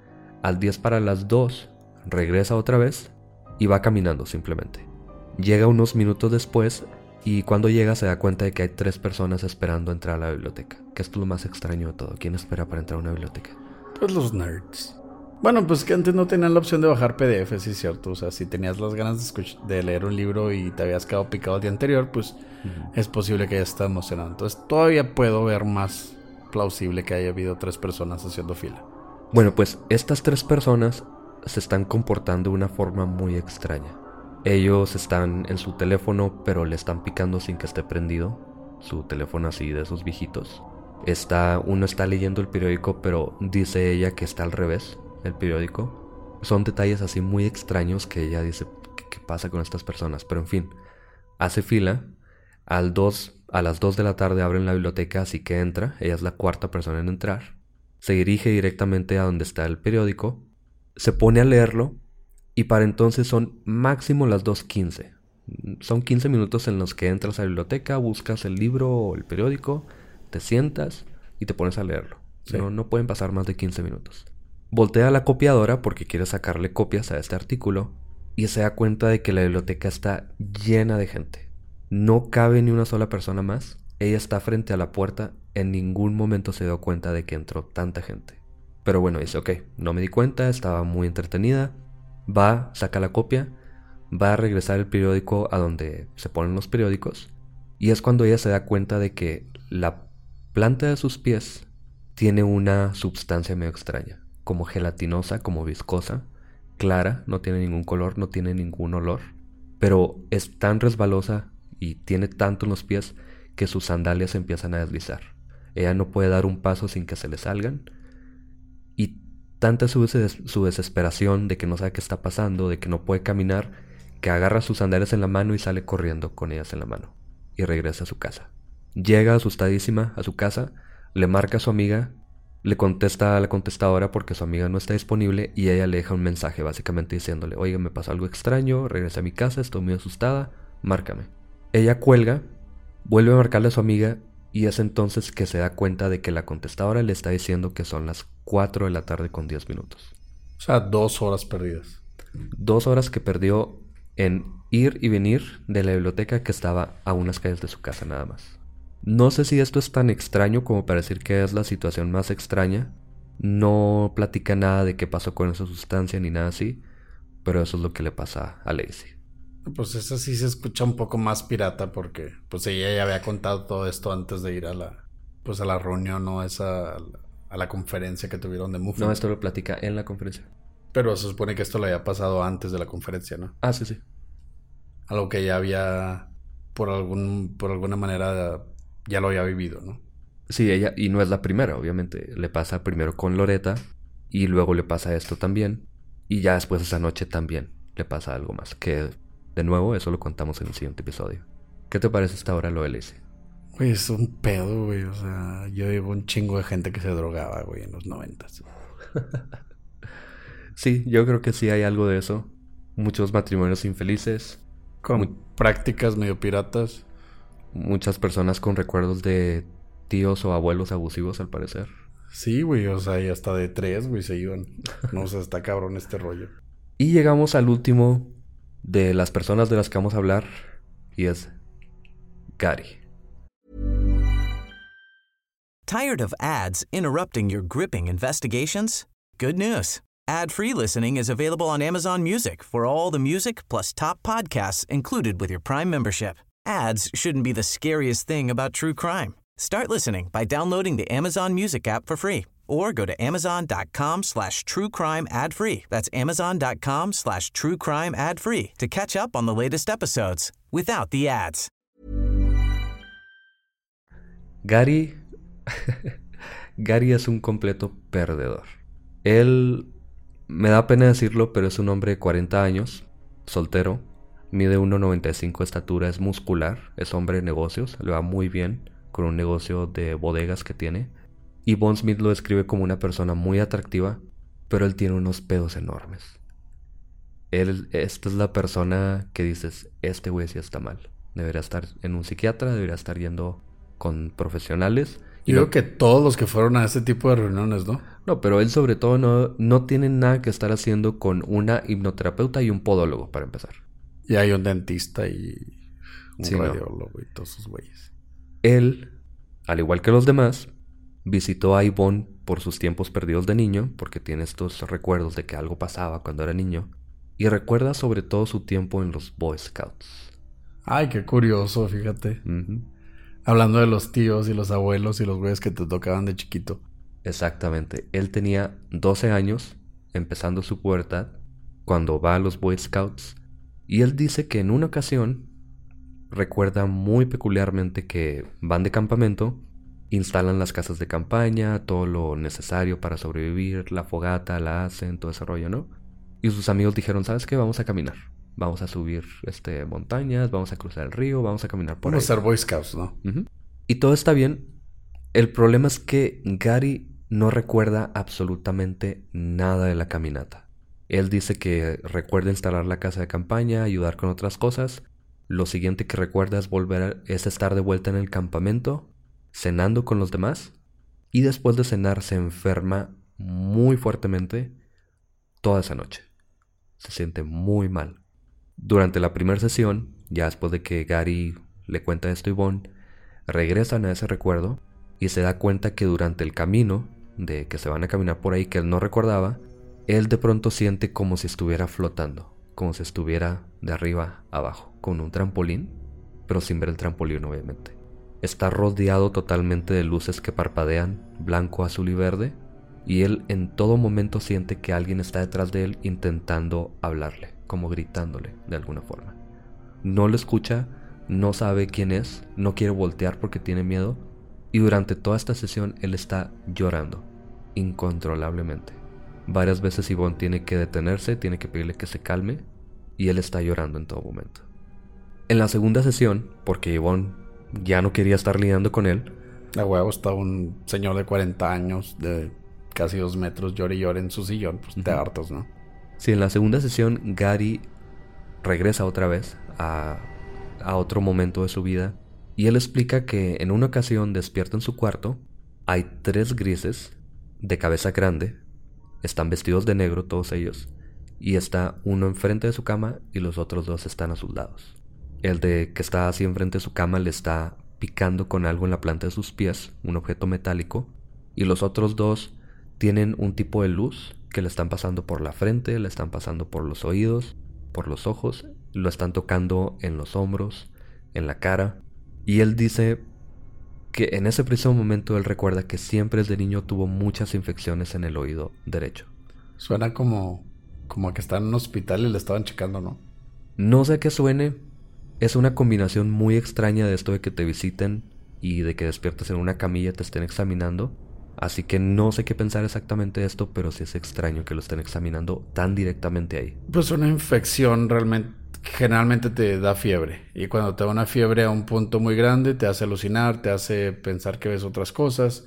Al diez para las dos, regresa otra vez y va caminando simplemente. Llega unos minutos después y cuando llega se da cuenta de que hay tres personas esperando entrar a la biblioteca. Que esto es lo más extraño de todo. ¿Quién espera para entrar a una biblioteca? Pues los nerds. Bueno, pues que antes no tenían la opción de bajar P D F, sí es cierto. O sea, si tenías las ganas de, escuch- de leer un libro y te habías quedado picado el día anterior, pues uh-huh. Es posible que hayas estado emocionado. Entonces todavía puedo ver más plausible que haya habido tres personas haciendo fila. Bueno, pues estas tres personas se están comportando de una forma muy extraña. Ellos están en su teléfono, pero le están picando sin que esté prendido. Su teléfono así de esos viejitos. Está, uno está leyendo el periódico, pero dice ella que está al revés, el periódico. Son detalles así muy extraños que ella dice, ¿qué, qué pasa con estas personas? Pero en fin, hace fila. Al dos, a las dos de la tarde abren la biblioteca, así que entra. Ella es la cuarta persona en entrar. Se dirige directamente a donde está el periódico. Se pone a leerlo y para entonces son máximo las dos quince. Son quince minutos en los que entras a la biblioteca, buscas el libro o el periódico, te sientas y te pones a leerlo. Sí. No, no pueden pasar más de quince minutos. Voltea a la copiadora porque quiere sacarle copias a este artículo y se da cuenta de que la biblioteca está llena de gente. No cabe ni una sola persona más. Ella está frente a la puerta. En ningún momento se dio cuenta de que entró tanta gente. Pero bueno, dice, ok, no me di cuenta, estaba muy entretenida. Va, saca la copia, va a regresar el periódico a donde se ponen los periódicos. Y es cuando ella se da cuenta de que la planta de sus pies tiene una sustancia medio extraña. Como gelatinosa, como viscosa, clara, no tiene ningún color, no tiene ningún olor. Pero es tan resbalosa y tiene tanto en los pies que sus sandalias se empiezan a deslizar. Ella no puede dar un paso sin que se le salgan. Y tanta es su, des- su desesperación de que no sabe qué está pasando, de que no puede caminar, que agarra sus sandalias en la mano y sale corriendo con ellas en la mano. Y regresa a su casa. Llega asustadísima a su casa, le marca a su amiga Le contesta a la contestadora porque su amiga no está disponible y ella le deja un mensaje básicamente diciéndole: oiga, me pasó algo extraño, regresé a mi casa, estoy muy asustada, márcame. Ella cuelga, vuelve a marcarle a su amiga y es entonces que se da cuenta de que la contestadora le está diciendo que son las cuatro de la tarde con diez minutos. O sea, dos horas perdidas. Dos horas que perdió en ir y venir de la biblioteca que estaba a unas calles de su casa nada más. No sé si esto es tan extraño como para decir que es la situación más extraña. No platica nada de qué pasó con esa sustancia ni nada así, pero eso es lo que le pasa a Lacey. Pues esa sí se escucha un poco más pirata porque pues ella ya había contado todo esto antes de ir a la pues a la reunión o esa a la conferencia que tuvieron de Muffin. No, esto lo platica en la conferencia. Pero se supone que esto lo había pasado antes de la conferencia, ¿no? Ah, sí, sí. Algo que ya había por algún por alguna manera ya lo había vivido, ¿no? Sí, ella, y no es la primera, obviamente. Le pasa primero con Loretta y luego le pasa esto también. Y ya después esa noche también le pasa algo más. Que, de nuevo, eso lo contamos en el siguiente episodio. ¿Qué te parece hasta ahora lo de Lacey? Güey, es un pedo, güey. O sea, yo digo un chingo de gente que se drogaba, güey, en los noventas. Sí, yo creo que sí hay algo de eso. Muchos matrimonios infelices. Con Muy... prácticas medio piratas. Muchas personas con recuerdos de tíos o abuelos abusivos, al parecer. Sí, güey, o sea, y hasta de tres, güey, se iban. No, o sea, está cabrón este rollo. Y llegamos al último de las personas de las que vamos a hablar, y es Gary. Tired of ads interrupting your gripping investigations? Good news. Ad-free listening is available on Amazon Music for all the music plus top podcasts included with your Prime membership. Ads shouldn't be the scariest thing about true crime. Start listening by downloading the Amazon Music app for free or go to amazon.com slash true crime ad free. That's amazon.com slash true crime ad free to catch up on the latest episodes without the ads. Gary... Gary es un completo perdedor. Él... Me da pena decirlo, pero es un hombre de cuarenta años, soltero. Mide uno noventa y cinco de estatura, es muscular, es hombre de negocios, le va muy bien con un negocio de bodegas que tiene. Y Bond Smith lo describe como una persona muy atractiva, pero él tiene unos pedos enormes. Él, esta es la persona que dices, este güey sí está mal. Debería estar en un psiquiatra, debería estar yendo con profesionales. Y Yo creo que todos los que fueron a ese tipo de reuniones, ¿no? No, pero él sobre todo no, no tiene nada que estar haciendo con una hipnoterapeuta y un podólogo, para empezar. Y hay un dentista y un sí, radiólogo no. y todos esos güeyes. Él, al igual que los demás, visitó a Yvonne por sus tiempos perdidos de niño, porque tiene estos recuerdos de que algo pasaba cuando era niño, y recuerda sobre todo su tiempo en los Boy Scouts. Ay, qué curioso, fíjate. Uh-huh. Hablando de los tíos y los abuelos y los güeyes que te tocaban de chiquito. Exactamente. Él tenía doce años, empezando su pubertad, cuando va a los Boy Scouts. Y él dice que en una ocasión recuerda muy peculiarmente que van de campamento, instalan las casas de campaña, todo lo necesario para sobrevivir, la fogata la hacen, todo ese rollo, ¿no? Y sus amigos dijeron, ¿sabes qué? Vamos a caminar. Vamos a subir este, montañas, vamos a cruzar el río, vamos a caminar por vamos ahí. Vamos a ser Boy Scouts, ¿no? Uh-huh. Y todo está bien. El problema es que Gary no recuerda absolutamente nada de la caminata. Él dice que recuerda instalar la casa de campaña, ayudar con otras cosas. Lo siguiente que recuerda es volver a, es estar de vuelta en el campamento, cenando con los demás. Y después de cenar se enferma muy fuertemente toda esa noche. Se siente muy mal. Durante la primera sesión, ya después de que Gary le cuenta esto a Yvonne, regresan a ese recuerdo y se da cuenta que durante el camino, de que se van a caminar por ahí que él no recordaba, él de pronto siente como si estuviera flotando, como si estuviera de arriba a abajo, con un trampolín, pero sin ver el trampolín obviamente. Está rodeado totalmente de luces que parpadean, blanco, azul y verde, y él en todo momento siente que alguien está detrás de él intentando hablarle, como gritándole de alguna forma. No lo escucha, no sabe quién es, no quiere voltear porque tiene miedo, y durante toda esta sesión él está llorando, incontrolablemente. Varias veces Yvonne tiene que detenerse, tiene que pedirle que se calme, y él está llorando en todo momento. En la segunda sesión, porque Yvonne ya no quería estar lidiando con él, A huevo está un señor de cuarenta años, de casi dos metros, llore y llore en su sillón, pues uh-huh. te hartas, ¿no? Sí, en la segunda sesión Gary regresa otra vez a, a otro momento de su vida y él explica que en una ocasión despierta en su cuarto, hay tres grises de cabeza grande, están vestidos de negro todos ellos, y está uno enfrente de su cama y los otros dos están a sus lados. El de que está así enfrente de su cama le está picando con algo en la planta de sus pies, un objeto metálico, y los otros dos tienen un tipo de luz que le están pasando por la frente, le están pasando por los oídos, por los ojos, lo están tocando en los hombros, en la cara, y él dice que en ese preciso momento él recuerda que siempre desde niño tuvo muchas infecciones en el oído derecho. Suena como, como que está en un hospital y le estaban checando, ¿no? No sé qué suene. Es una combinación muy extraña de esto de que te visiten y de que despiertes en una camilla y te estén examinando. Así que no sé qué pensar exactamente de esto, pero sí es extraño que lo estén examinando tan directamente ahí. Pues una infección realmente, generalmente te da fiebre. Y cuando te da una fiebre a un punto muy grande, te hace alucinar, te hace pensar que ves otras cosas.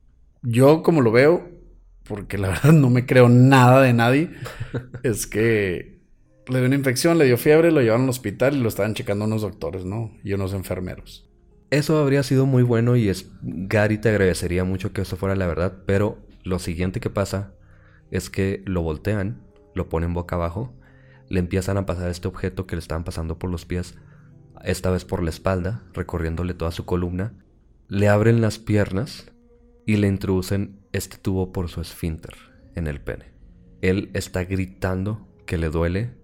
Yo, como lo veo, porque la verdad no me creo nada de nadie, es que le dio una infección, le dio fiebre, lo llevaron al hospital y lo estaban checando unos doctores, ¿no? Y unos enfermeros. Eso habría sido muy bueno y es, Gary te agradecería mucho que eso fuera la verdad, pero lo siguiente que pasa es que lo voltean, lo ponen boca abajo, le empiezan a pasar este objeto que le estaban pasando por los pies, esta vez por la espalda, recorriéndole toda su columna, le abren las piernas y le introducen este tubo por su esfínter en el pene. Él está gritando que le duele.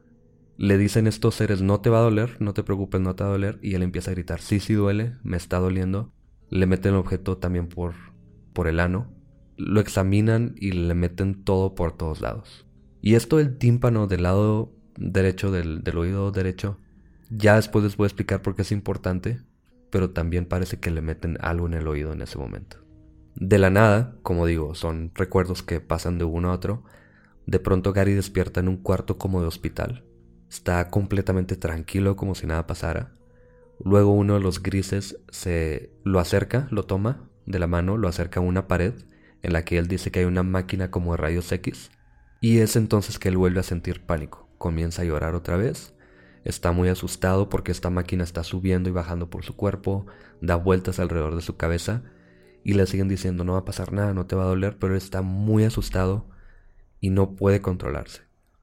Le dicen estos seres, no te va a doler, no te preocupes, no te va a doler. Y él empieza a gritar, sí, sí duele, me está doliendo. Le meten el objeto también por, por el ano. Lo examinan y le meten todo por todos lados. Y esto del tímpano del lado derecho, del, del oído derecho, ya después les voy a explicar por qué es importante. Pero también parece que le meten algo en el oído en ese momento. De la nada, como digo, son recuerdos que pasan de uno a otro. De pronto Gary despierta en un cuarto como de hospital. Está completamente tranquilo como si nada pasara. Luego uno de los grises se lo acerca, lo toma de la mano, lo acerca a una pared en la que él dice que hay una máquina como de rayos X. Y es entonces que él vuelve a sentir pánico. Comienza a llorar otra vez. Está muy asustado porque esta máquina está subiendo y bajando por su cuerpo, da vueltas alrededor de su cabeza y le siguen diciendo no va a pasar nada, no te va a doler, pero él está muy asustado y no puede controlarse.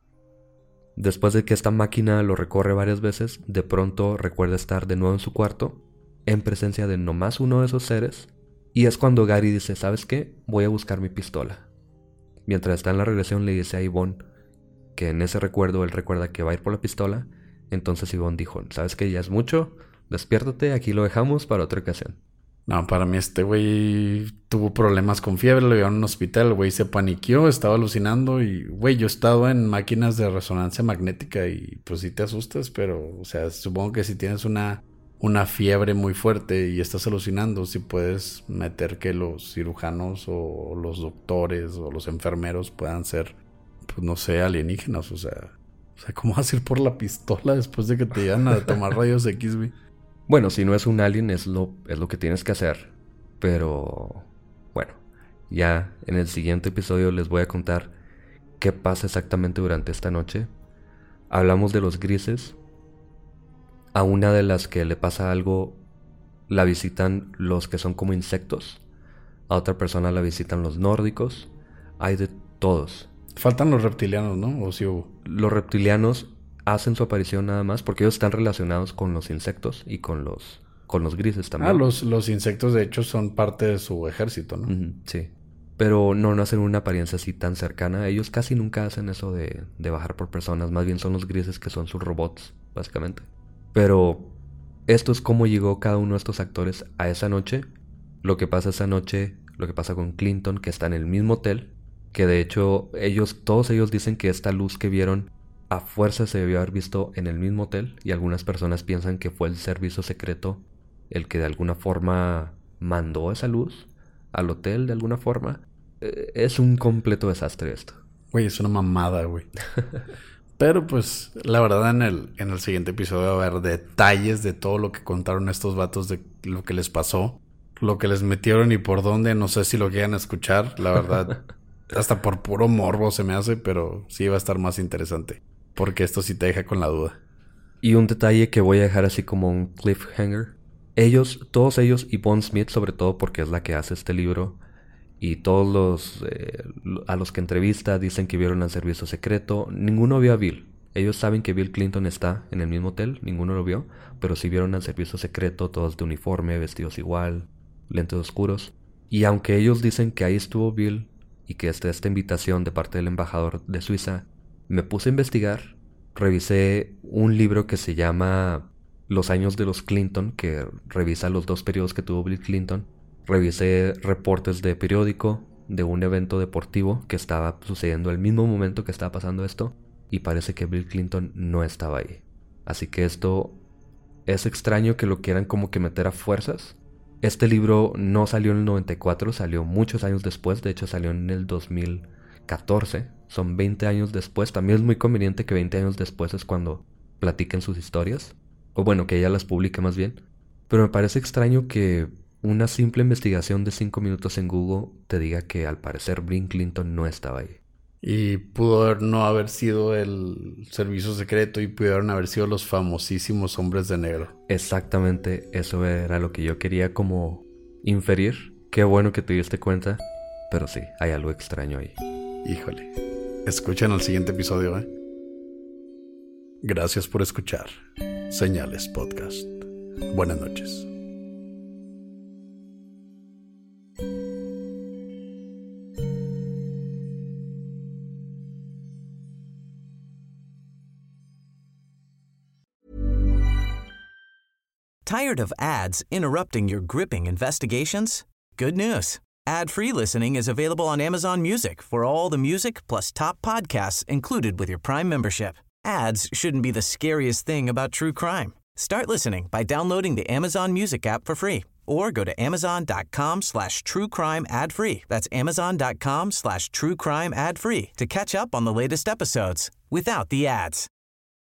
Después de que esta máquina lo recorre varias veces, de pronto recuerda estar de nuevo en su cuarto, en presencia de nomás uno de esos seres, y es cuando Gary dice, ¿sabes qué? Voy a buscar mi pistola. Mientras está en la regresión le dice a Yvonne que en ese recuerdo él recuerda que va a ir por la pistola. Entonces Yvonne dijo, ¿sabes qué? Ya es mucho, despiértate, aquí lo dejamos para otra ocasión. No, para mí este güey tuvo problemas con fiebre, lo llevaron a un hospital, el güey se paniqueó, estaba alucinando y, güey, yo he estado en máquinas de resonancia magnética y pues sí te asustas, pero, o sea, supongo que si tienes una, una fiebre muy fuerte y estás alucinando, sí puedes meter que los cirujanos o los doctores o los enfermeros puedan ser, pues no sé, alienígenas, o sea... O sea, ¿cómo vas a ir por la pistola después de que te llevan a tomar rayos X, güey? Bueno, si no es un alien, es lo, es lo que tienes que hacer. Pero, bueno, ya en el siguiente episodio les voy a contar qué pasa exactamente durante esta noche. Hablamos de los grises. A una de las que le pasa algo, la visitan los que son como insectos. A otra persona la visitan los nórdicos. Hay de todos. Faltan los reptilianos, ¿no? ¿O sí hubo? Los reptilianos hacen su aparición nada más porque ellos están relacionados con los insectos y con los, con los grises también. Ah, los, los insectos de hecho son parte de su ejército, ¿no? Uh-huh, sí. Pero no, no hacen una apariencia así tan cercana. Ellos casi nunca hacen eso de, de bajar por personas. Más bien son los grises que son sus robots, básicamente. Pero esto es cómo llegó cada uno de estos actores a esa noche. Lo que pasa esa noche, lo que pasa con Clinton, que está en el mismo hotel. Que de hecho, ellos, todos ellos dicen que esta luz que vieron a fuerza se debió haber visto en el mismo hotel. Y algunas personas piensan que fue el servicio secreto el que de alguna forma mandó esa luz al hotel de alguna forma. Eh, es un completo desastre esto. Güey, es una mamada, güey. Pero pues, la verdad, en el, en el siguiente episodio va a haber detalles de todo lo que contaron estos vatos de lo que les pasó. lo que les metieron y por dónde. No sé si lo quieran escuchar, la verdad. Hasta por puro morbo se me hace, pero sí va a estar más interesante. Porque esto sí te deja con la duda. Y un detalle que voy a dejar así como un cliffhanger. Ellos, todos ellos, y Bond Smith sobre todo porque es la que hace este libro, y todos los eh, a los que entrevista dicen que vieron al servicio secreto. Ninguno vio a Bill. Ellos saben que Bill Clinton está en el mismo hotel, ninguno lo vio, pero sí vieron al servicio secreto, todos de uniforme, vestidos igual, lentes oscuros. Y aunque ellos dicen que ahí estuvo Bill y que está esta invitación de parte del embajador de Suiza, me puse a investigar, revisé un libro que se llama Los años de los Clinton, que revisa los dos periodos que tuvo Bill Clinton. Revisé reportes de periódico de un evento deportivo que estaba sucediendo al mismo momento que estaba pasando esto, y parece que Bill Clinton no estaba ahí. Así que esto es extraño que lo quieran como que meter a fuerzas. Este libro no salió en el noventa y cuatro, salió muchos años después, de hecho salió en el dos mil catorce, son veinte años después. También es muy conveniente que veinte años después es cuando platiquen sus historias, o bueno, que ella las publique más bien. Pero me parece extraño que una simple investigación de cinco minutos en Google te diga que al parecer Bill Clinton no estaba ahí. Y pudo no haber sido el servicio secreto y pudieron haber sido los famosísimos hombres de negro. Exactamente, eso era lo que yo quería como inferir. Qué bueno que te diste cuenta, pero sí, hay algo extraño ahí. Híjole, escuchen el siguiente episodio, ¿eh? Gracias por escuchar Señales Podcast. Buenas noches. Tired of ads interrupting your gripping investigations? Good news. Ad-free listening is available on Amazon Music for all the music plus top podcasts included with your Prime membership. Ads shouldn't be the scariest thing about true crime. Start listening by downloading the Amazon Music app for free or go to amazon.com slash true crime ad free. That's amazon.com slash true crime ad free to catch up on the latest episodes without the ads.